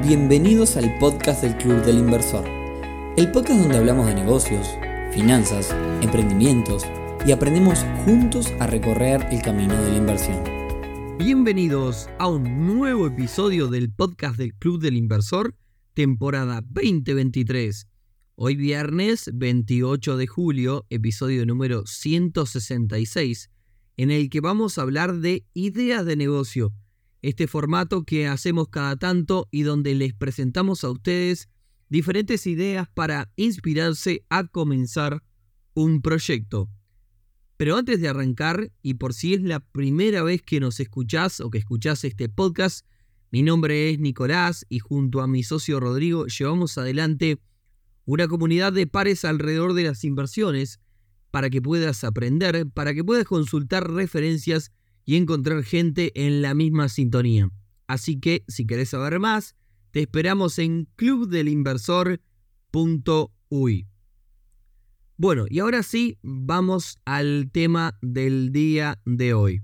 Bienvenidos al podcast del Club del Inversor, el podcast donde hablamos de negocios, finanzas, emprendimientos y aprendemos juntos a recorrer el camino de la inversión. Bienvenidos a un nuevo episodio del podcast del Club del Inversor, temporada 2023. Hoy viernes 28 de julio, episodio número 166, en el que vamos a hablar de ideas de negocio. Este formato que hacemos cada tanto y donde les presentamos a ustedes diferentes ideas para inspirarse a comenzar un proyecto. Pero antes de arrancar, y por si es la primera vez que nos escuchás o que escuchás este podcast, mi nombre es Nicolás y junto a mi socio Rodrigo llevamos adelante una comunidad de pares alrededor de las inversiones para que puedas aprender, para que puedas consultar referencias y encontrar gente en la misma sintonía. Así que, si querés saber más, te esperamos en clubdelinversor.uy. Bueno, y ahora sí, vamos al tema del día de hoy.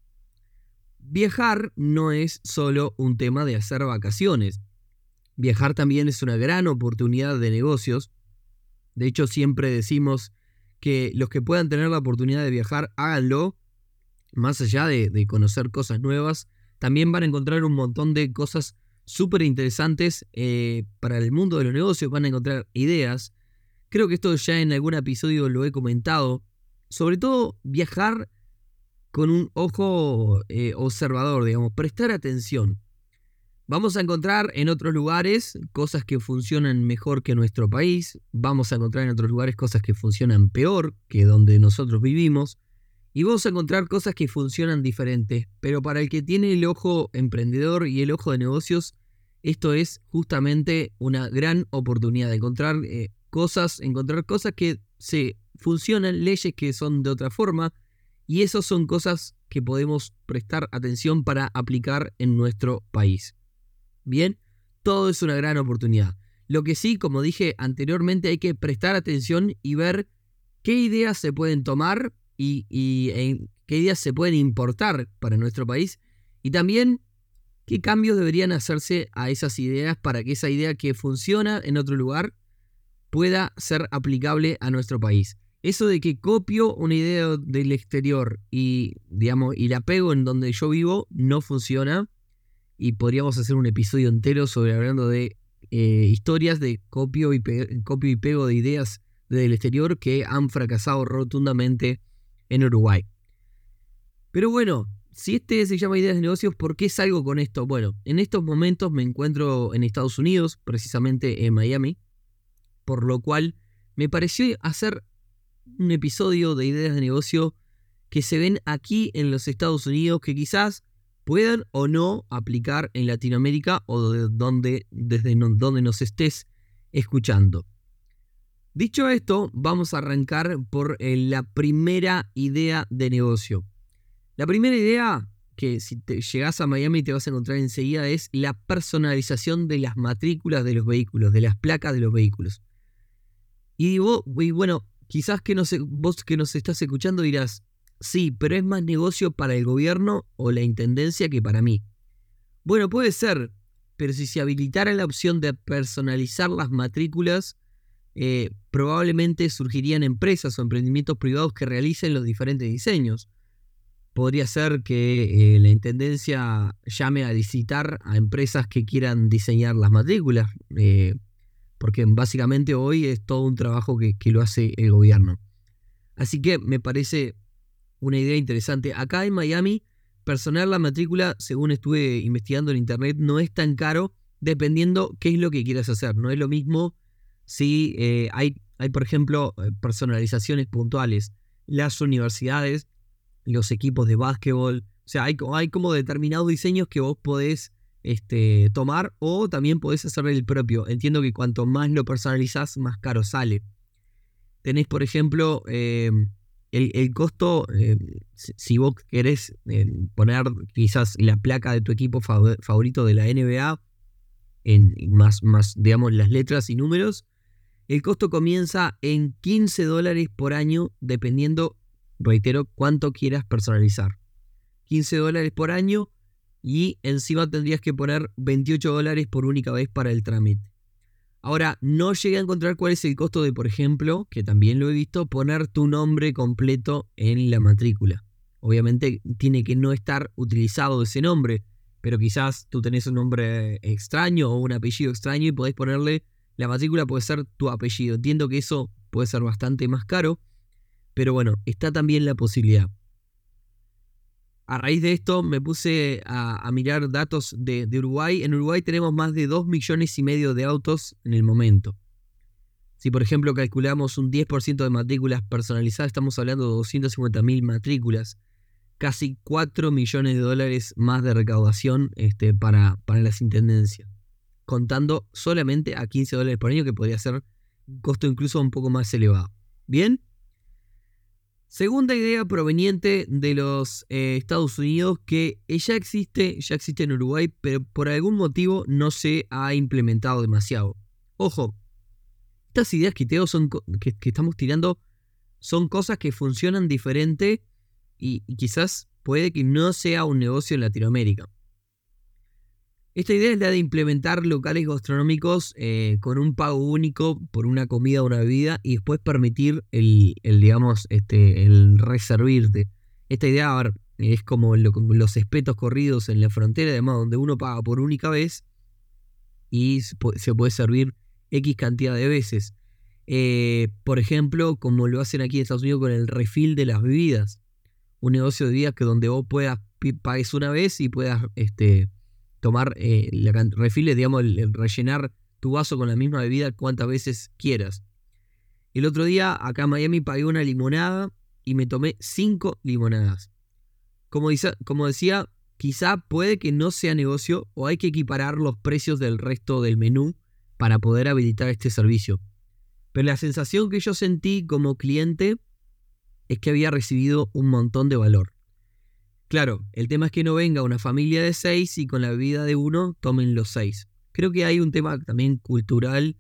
Viajar no es solo un tema de hacer vacaciones. Viajar también es una gran oportunidad de negocios. De hecho, siempre decimos que los que puedan tener la oportunidad de viajar, háganlo. Más allá de conocer cosas nuevas, también van a encontrar un montón de cosas súper interesantes para el mundo de los negocios. Van a encontrar ideas. Creo que esto ya en algún episodio lo he comentado. Sobre todo viajar con un ojo observador, digamos, prestar atención. Vamos a encontrar en otros lugares cosas que funcionan mejor que en nuestro país. Vamos a encontrar en otros lugares cosas que funcionan peor que donde nosotros vivimos. Y vamos a encontrar cosas que funcionan diferentes, pero para el que tiene el ojo emprendedor y el ojo de negocios, esto es justamente una gran oportunidad de encontrar cosas que se funcionan, leyes que son de otra forma, y esas son cosas que podemos prestar atención para aplicar en nuestro país. Bien, todo es una gran oportunidad. Lo que sí, como dije anteriormente, hay que prestar atención y ver qué ideas se pueden tomar y qué ideas se pueden importar para nuestro país y también qué cambios deberían hacerse a esas ideas para que esa idea que funciona en otro lugar pueda ser aplicable a nuestro país. Eso de que copio una idea del exterior y la pego en donde yo vivo no funciona, y podríamos hacer un episodio entero sobre hablando de historias de copio y pego de ideas del exterior que han fracasado rotundamente en Uruguay. Pero bueno, si este se llama Ideas de Negocios, ¿por qué salgo con esto? Bueno, en estos momentos me encuentro en Estados Unidos, precisamente en Miami, por lo cual me pareció hacer un episodio de Ideas de Negocio que se ven aquí en los Estados Unidos, que quizás puedan o no aplicar en Latinoamérica o desde donde nos estés escuchando. Dicho esto, vamos a arrancar por la primera idea de negocio. La primera idea, que si te llegás a Miami te vas a encontrar enseguida, es la personalización de las matrículas de los vehículos, de las placas de los vehículos. Y bueno, quizás vos que nos estás escuchando dirás, sí, pero es más negocio para el gobierno o la intendencia que para mí. Bueno, puede ser, pero si se habilitara la opción de personalizar las matrículas, probablemente surgirían empresas o emprendimientos privados que realicen los diferentes diseños. Podría ser que la intendencia llame a licitar a empresas que quieran diseñar las matrículas, porque básicamente hoy es todo un trabajo que lo hace el gobierno. Así que me parece una idea interesante. Acá en Miami, personalizar la matrícula, según estuve investigando en internet, no es tan caro dependiendo qué es lo que quieras hacer. No es lo mismo si hay, por ejemplo, personalizaciones puntuales. Las universidades, los equipos de básquetbol, o sea, hay como determinados diseños que vos podés tomar o también podés hacer el propio. Entiendo que cuanto más lo personalizás, más caro sale. Tenés, por ejemplo, el costo, si vos querés poner quizás la placa de tu equipo favorito de la NBA, en más, digamos, las letras y números, el costo comienza en $15 por año, dependiendo, reitero, cuánto quieras personalizar. $15 por año, y encima tendrías que poner $28 por única vez para el trámite. Ahora, no llegué a encontrar cuál es el costo de, por ejemplo, que también lo he visto, poner tu nombre completo en la matrícula. Obviamente tiene que no estar utilizado ese nombre, pero quizás tú tenés un nombre extraño o un apellido extraño y podés ponerle, la matrícula puede ser tu apellido. Entiendo que eso puede ser bastante más caro, pero bueno, está también la posibilidad. A raíz de esto me puse a mirar datos de Uruguay. En Uruguay tenemos más de 2,5 millones de autos en el momento. Si por ejemplo calculamos un 10% de matrículas personalizadas, estamos hablando de 250.000 matrículas. Casi $4 millones más de recaudación para las intendencias. Contando solamente a $15 por año, que podría ser un costo incluso un poco más elevado. ¿Bien? Segunda idea proveniente de los Estados Unidos, que ya existe en Uruguay, pero por algún motivo no se ha implementado demasiado. Ojo, estas ideas que estamos tirando son cosas que funcionan diferente y quizás puede que no sea un negocio en Latinoamérica. Esta idea es la de implementar locales gastronómicos con un pago único por una comida o una bebida y después permitir el reservirte. Esta idea, a ver, es como los espetos corridos en la frontera, además, donde uno paga por única vez y se puede servir X cantidad de veces. Por ejemplo, como lo hacen aquí en Estados Unidos con el refill de las bebidas. Un negocio de bebidas que donde vos pagues una vez y puedas tomar refiles, digamos, el rellenar tu vaso con la misma bebida cuantas veces quieras. El otro día acá en Miami pagué una limonada y me tomé 5 limonadas. Como decía, quizá puede que no sea negocio o hay que equiparar los precios del resto del menú para poder habilitar este servicio. Pero la sensación que yo sentí como cliente es que había recibido un montón de valor. Claro, el tema es que no venga una familia de 6 y con la bebida de uno tomen los 6. Creo que hay un tema también cultural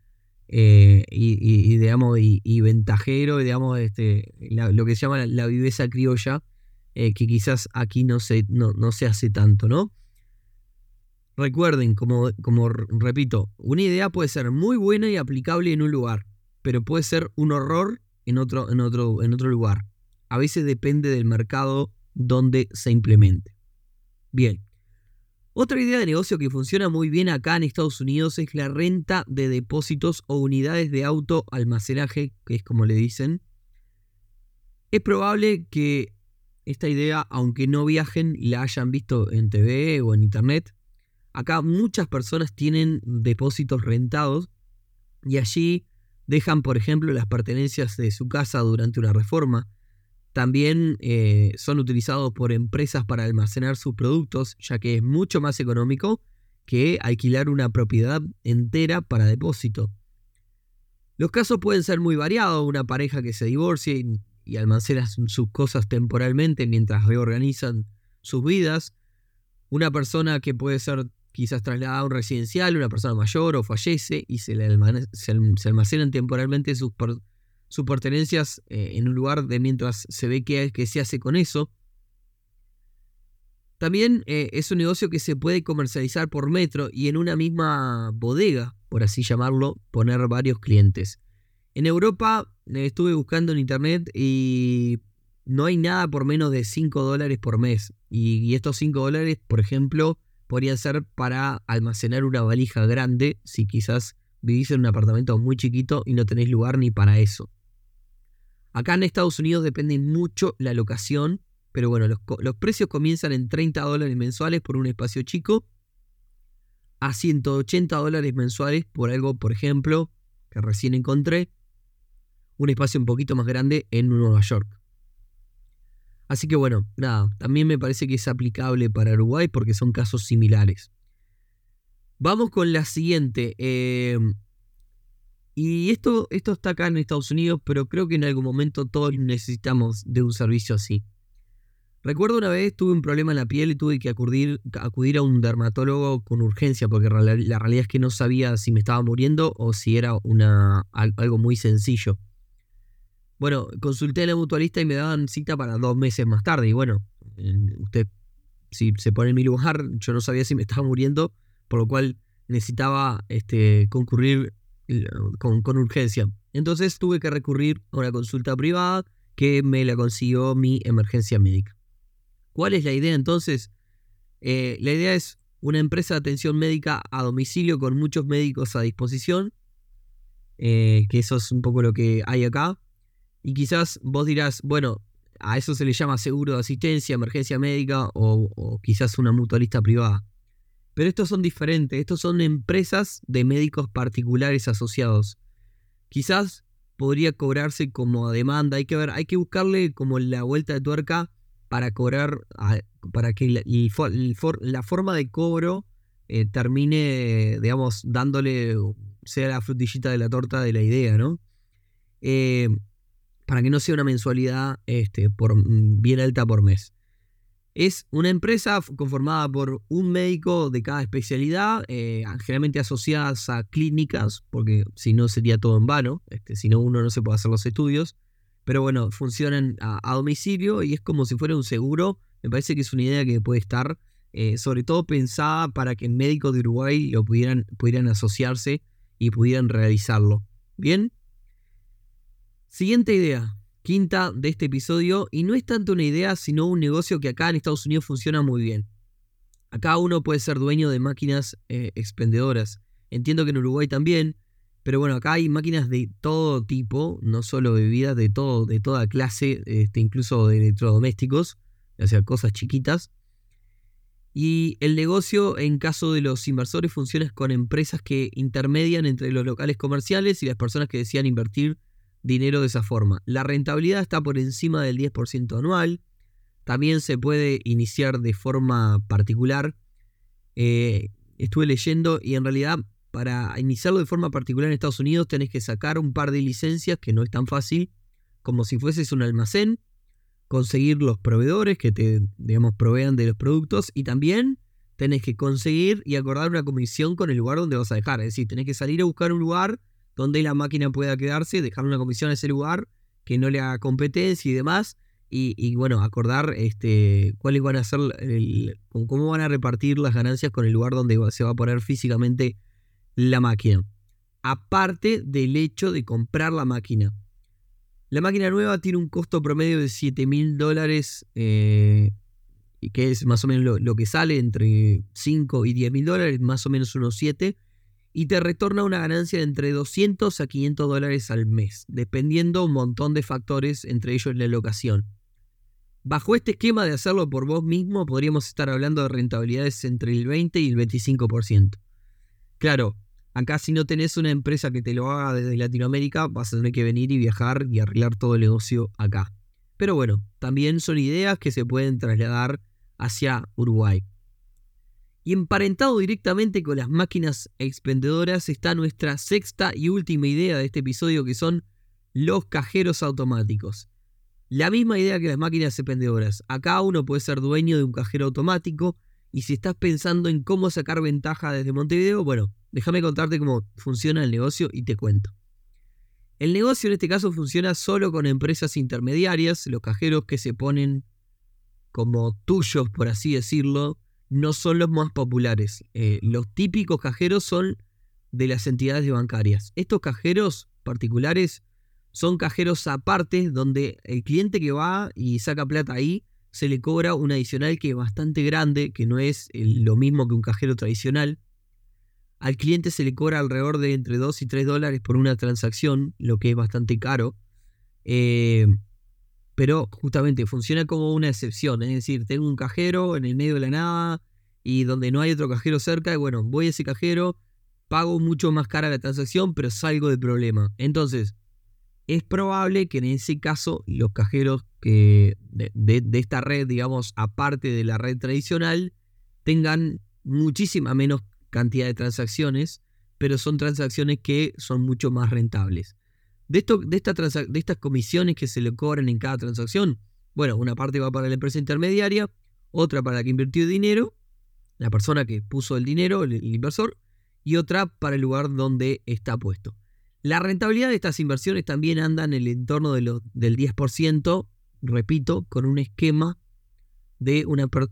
y ventajero, digamos, lo que se llama la viveza criolla, que quizás aquí no se hace tanto, ¿no? Recuerden, como repito, una idea puede ser muy buena y aplicable en un lugar, pero puede ser un horror en otro lugar. A veces depende del mercado donde se implemente. Bien. Otra idea de negocio que funciona muy bien acá en Estados Unidos es la renta de depósitos o unidades de autoalmacenaje, que es como le dicen. Es probable que esta idea, aunque no viajen, la hayan visto en TV o en internet. Acá muchas personas tienen depósitos rentados y allí dejan, por ejemplo, las pertenencias de su casa durante una reforma. También son utilizados por empresas para almacenar sus productos, ya que es mucho más económico que alquilar una propiedad entera para depósito. Los casos pueden ser muy variados: una pareja que se divorcia y almacena sus cosas temporalmente mientras reorganizan sus vidas. Una persona que puede ser quizás trasladada a un residencial, una persona mayor o fallece y se almacenan temporalmente sus pertenencias en un lugar de mientras se ve qué se hace con eso. También es un negocio que se puede comercializar por metro y en una misma bodega, por así llamarlo, poner varios clientes. En Europa estuve buscando en internet y no hay nada por menos de $5 por mes. Y estos $5, por ejemplo, podrían ser para almacenar una valija grande si quizás vivís en un apartamento muy chiquito y no tenés lugar ni para eso. Acá en Estados Unidos depende mucho la locación, pero bueno, los precios comienzan en $30 mensuales por un espacio chico, a $180 mensuales por algo, por ejemplo, que recién encontré, un espacio un poquito más grande en Nueva York. Así que bueno, nada, también me parece que es aplicable para Uruguay porque son casos similares. Vamos con la siguiente. Y esto está acá en Estados Unidos, pero creo que en algún momento todos necesitamos de un servicio así. Recuerdo una vez tuve un problema en la piel y tuve que acudir a un dermatólogo con urgencia porque la realidad es que no sabía si me estaba muriendo o si era algo muy sencillo. Bueno, consulté a la mutualista y me daban cita para 2 meses más tarde. Y bueno, usted si se pone en mi lugar, yo no sabía si me estaba muriendo, por lo cual necesitaba concurrir con urgencia. Entonces tuve que recurrir a una consulta privada que me la consiguió mi emergencia médica. ¿Cuál es la idea entonces? La idea es una empresa de atención médica a domicilio con muchos médicos a disposición, que eso es un poco lo que hay acá. Y quizás vos dirás, bueno, a eso se le llama seguro de asistencia, emergencia médica o quizás una mutualista privada. Pero estos son diferentes, estos son empresas de médicos particulares asociados. Quizás podría cobrarse como a demanda, hay que buscarle como la vuelta de tuerca para cobrar, para que la forma de cobro termine, digamos, dándole, sea la frutillita de la torta de la idea, ¿no? Para que no sea una mensualidad bien alta por mes. Es una empresa conformada por un médico de cada especialidad, generalmente asociadas a clínicas, porque si no sería todo en vano, si no uno no se puede hacer los estudios. Pero bueno, funcionan a domicilio y es como si fuera un seguro. Me parece que es una idea que puede estar, sobre todo pensada para que médicos de Uruguay pudieran asociarse y pudieran realizarlo. Bien. Siguiente idea. Quinta de este episodio, y no es tanto una idea, sino un negocio que acá en Estados Unidos funciona muy bien. Acá uno puede ser dueño de máquinas expendedoras. Entiendo que en Uruguay también, pero bueno, acá hay máquinas de todo tipo, no solo bebidas, de toda clase, incluso de electrodomésticos, o sea, cosas chiquitas. Y el negocio, en caso de los inversores, funciona con empresas que intermedian entre los locales comerciales y las personas que desean invertir dinero de esa forma. La rentabilidad está por encima del 10% anual. También se puede iniciar de forma particular. Estuve leyendo y en realidad para iniciarlo de forma particular en Estados Unidos tenés que sacar un par de licencias, que no es tan fácil, como si fueses un almacén, conseguir los proveedores que te, digamos, provean de los productos, y también tenés que conseguir y acordar una comisión con el lugar donde vas a dejar. Es decir, tenés que salir a buscar un lugar donde la máquina pueda quedarse, dejar una comisión a ese lugar, que no le haga competencia y demás, y bueno, acordar cuáles van a ser, cómo van a repartir las ganancias con el lugar donde se va a poner físicamente la máquina. Aparte del hecho de comprar la máquina. La máquina nueva tiene un costo promedio de $7.000, y que es más o menos lo que sale, entre $5 y $10.000, más o menos unos 7, y te retorna una ganancia de entre $200 a $500 al mes, dependiendo un montón de factores, entre ellos la locación. Bajo este esquema de hacerlo por vos mismo, podríamos estar hablando de rentabilidades entre el 20 y el 25%. Claro, acá si no tenés una empresa que te lo haga desde Latinoamérica, vas a tener que venir y viajar y arreglar todo el negocio acá. Pero bueno, también son ideas que se pueden trasladar hacia Uruguay. Y emparentado directamente con las máquinas expendedoras está nuestra sexta y última idea de este episodio, que son los cajeros automáticos. La misma idea que las máquinas expendedoras. Acá uno puede ser dueño de un cajero automático, y si estás pensando en cómo sacar ventaja desde Montevideo, bueno, déjame contarte cómo funciona el negocio y te cuento. El negocio en este caso funciona solo con empresas intermediarias. Los cajeros que se ponen como tuyos, por así decirlo, no son los más populares. Los típicos cajeros son de las entidades bancarias. Estos cajeros particulares son cajeros aparte, donde el cliente que va y saca plata ahí se le cobra un adicional que es bastante grande, que no es lo mismo que un cajero tradicional. Al cliente se le cobra alrededor de entre $2 y $3 por una transacción, lo que es bastante caro. Pero justamente funciona como una excepción. Es decir, tengo un cajero en el medio de la nada y donde no hay otro cajero cerca, y bueno, voy a ese cajero, pago mucho más cara la transacción, pero salgo del problema. Entonces, es probable que en ese caso los cajeros de esta red, digamos, aparte de la red tradicional, tengan muchísima menos cantidad de transacciones, pero son transacciones que son mucho más rentables. De estas comisiones que se le cobran en cada transacción, bueno, una parte va para la empresa intermediaria, otra para la que invirtió dinero, la persona que puso el dinero, el inversor, y otra para el lugar donde está puesto. La rentabilidad de estas inversiones también anda en el entorno del 10%, repito, con un esquema de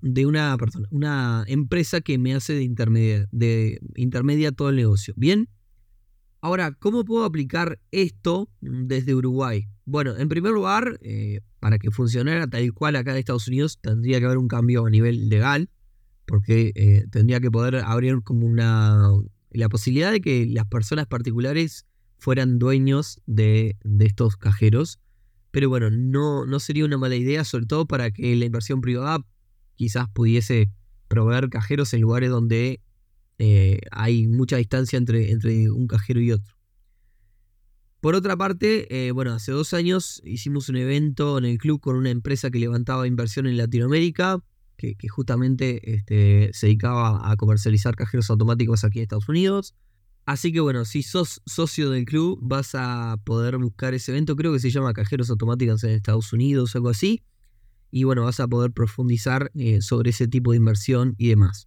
una empresa que me hace de intermedia todo el negocio. Bien, ahora, ¿cómo puedo aplicar esto desde Uruguay? Bueno, en primer lugar, para que funcionara tal cual acá en Estados Unidos, tendría que haber un cambio a nivel legal, porque tendría que poder abrir como la posibilidad de que las personas particulares fueran dueños de estos cajeros. Pero bueno, no sería una mala idea, sobre todo para que la inversión privada quizás pudiese proveer cajeros en lugares donde hay mucha distancia entre un cajero y otro. Por otra parte, hace 2 años hicimos un evento en el club con una empresa que levantaba inversión en Latinoamérica, que justamente se dedicaba a comercializar cajeros automáticos aquí en Estados Unidos. Así que bueno, si sos socio del club vas a poder buscar ese evento, creo que se llama Cajeros Automáticos en Estados Unidos, algo así. Y bueno, vas a poder profundizar sobre ese tipo de inversión y demás.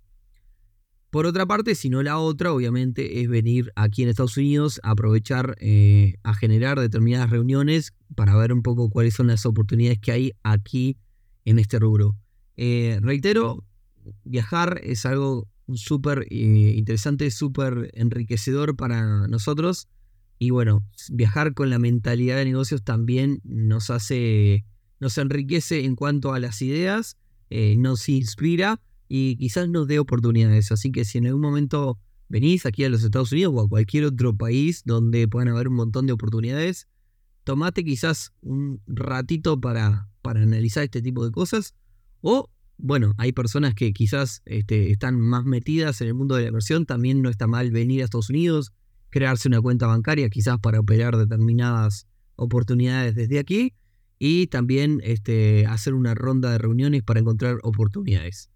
Por otra parte, si no la otra, obviamente, es venir aquí en Estados Unidos, aprovechar a generar determinadas reuniones para ver un poco cuáles son las oportunidades que hay aquí en este rubro. Reitero, viajar es algo súper interesante, súper enriquecedor para nosotros. Y bueno, viajar con la mentalidad de negocios también nos enriquece en cuanto a las ideas, nos inspira y quizás nos dé oportunidades. Así que si en algún momento venís aquí a los Estados Unidos o a cualquier otro país donde puedan haber un montón de oportunidades, tomate quizás un ratito para analizar este tipo de cosas. O, bueno, hay personas que quizás están más metidas en el mundo de la inversión. También no está mal venir a Estados Unidos, crearse una cuenta bancaria quizás para operar determinadas oportunidades desde aquí. Y también hacer una ronda de reuniones para encontrar oportunidades.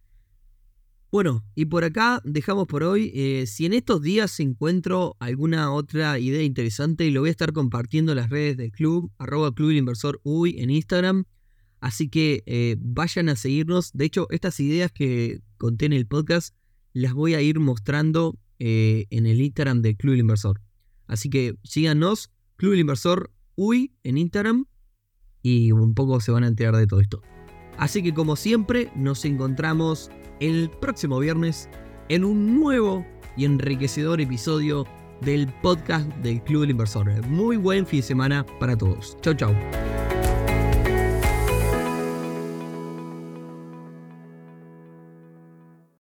Bueno, y por acá dejamos por hoy. Si en estos días encuentro alguna otra idea interesante, lo voy a estar compartiendo en las redes del club, @clubinversorUY en Instagram. Así que vayan a seguirnos. De hecho, estas ideas que conté en el podcast las voy a ir mostrando en el Instagram del Club del Inversor. Así que síganos, Club del Inversor UY en Instagram, y un poco se van a enterar de todo esto. Así que como siempre, nos encontramos el próximo viernes en un nuevo y enriquecedor episodio del podcast del Club del Inversor. Muy buen fin de semana para todos. Chau, chau.